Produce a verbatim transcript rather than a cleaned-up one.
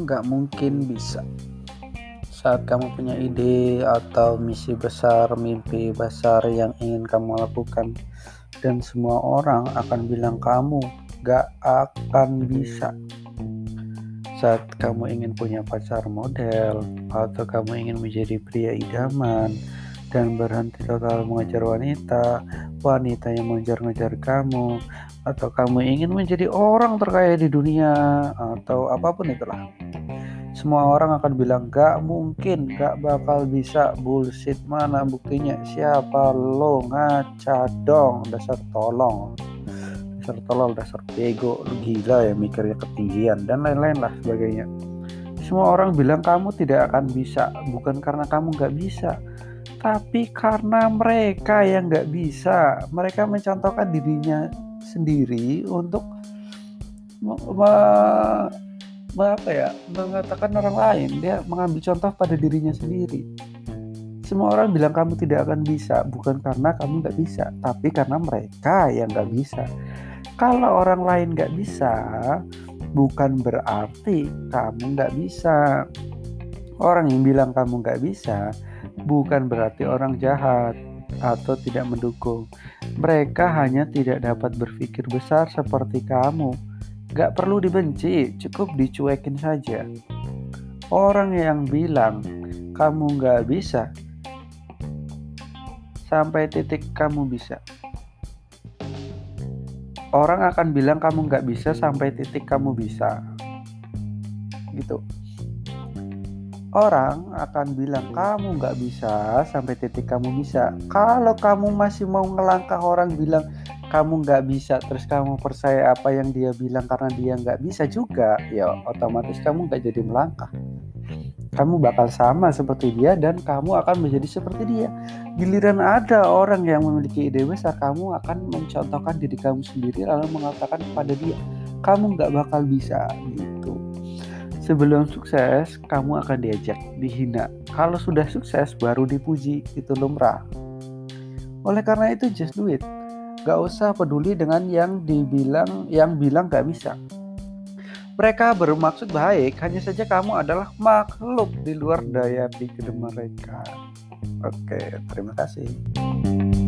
nggak mungkin bisa. Saat kamu punya ide atau misi besar, mimpi besar yang ingin kamu lakukan, dan semua orang akan bilang kamu nggak akan bisa. Saat kamu ingin punya pacar model, atau kamu ingin menjadi pria idaman, dan berhenti total mengejar wanita, wanita yang mengejar-ngejar kamu, atau kamu ingin menjadi orang terkaya di dunia, atau apapun itulah. Semua orang akan bilang gak mungkin, gak bakal bisa, bullshit, mana buktinya, siapa lo, ngaca dong, dasar tolong, dasar tolol, dasar bego, lu gila ya mikirnya ketinggian, dan lain-lain lah sebagainya. Semua orang bilang kamu tidak akan bisa, bukan karena kamu gak bisa, tapi karena mereka yang gak bisa. Mereka mencontohkan dirinya sendiri untuk me- me- apa ya mengatakan orang lain. Dia mengambil contoh pada dirinya sendiri. Semua orang bilang kamu tidak akan bisa, bukan karena kamu gak bisa, tapi karena mereka yang gak bisa. Kalau orang lain gak bisa, bukan berarti kamu gak bisa. Orang yang bilang kamu gak bisa bukan berarti orang jahat atau tidak mendukung. Mereka hanya tidak dapat berpikir besar seperti kamu. Gak perlu dibenci, cukup dicuekin saja. Orang yang bilang kamu gak bisa, sampai titik kamu bisa. Orang akan bilang kamu gak bisa sampai titik kamu bisa. Gitu. Orang akan bilang kamu gak bisa sampai titik kamu bisa. Kalau kamu masih mau ngelangkah orang bilang kamu gak bisa, terus kamu percaya apa yang dia bilang karena dia gak bisa juga, ya otomatis kamu gak jadi melangkah. Kamu bakal sama seperti dia dan kamu akan menjadi seperti dia. Giliran ada orang yang memiliki ide besar, kamu akan mencontohkan diri kamu sendiri lalu mengatakan kepada dia, kamu gak bakal bisa gitu. Sebelum sukses, kamu akan diajak, dihina. Kalau sudah sukses, baru dipuji. Itu lumrah. Oleh karena itu, just do it. Gak usah peduli dengan yang dibilang, yang bilang gak bisa. Mereka bermaksud baik, hanya saja kamu adalah makhluk di luar daya pikir mereka. Oke, terima kasih.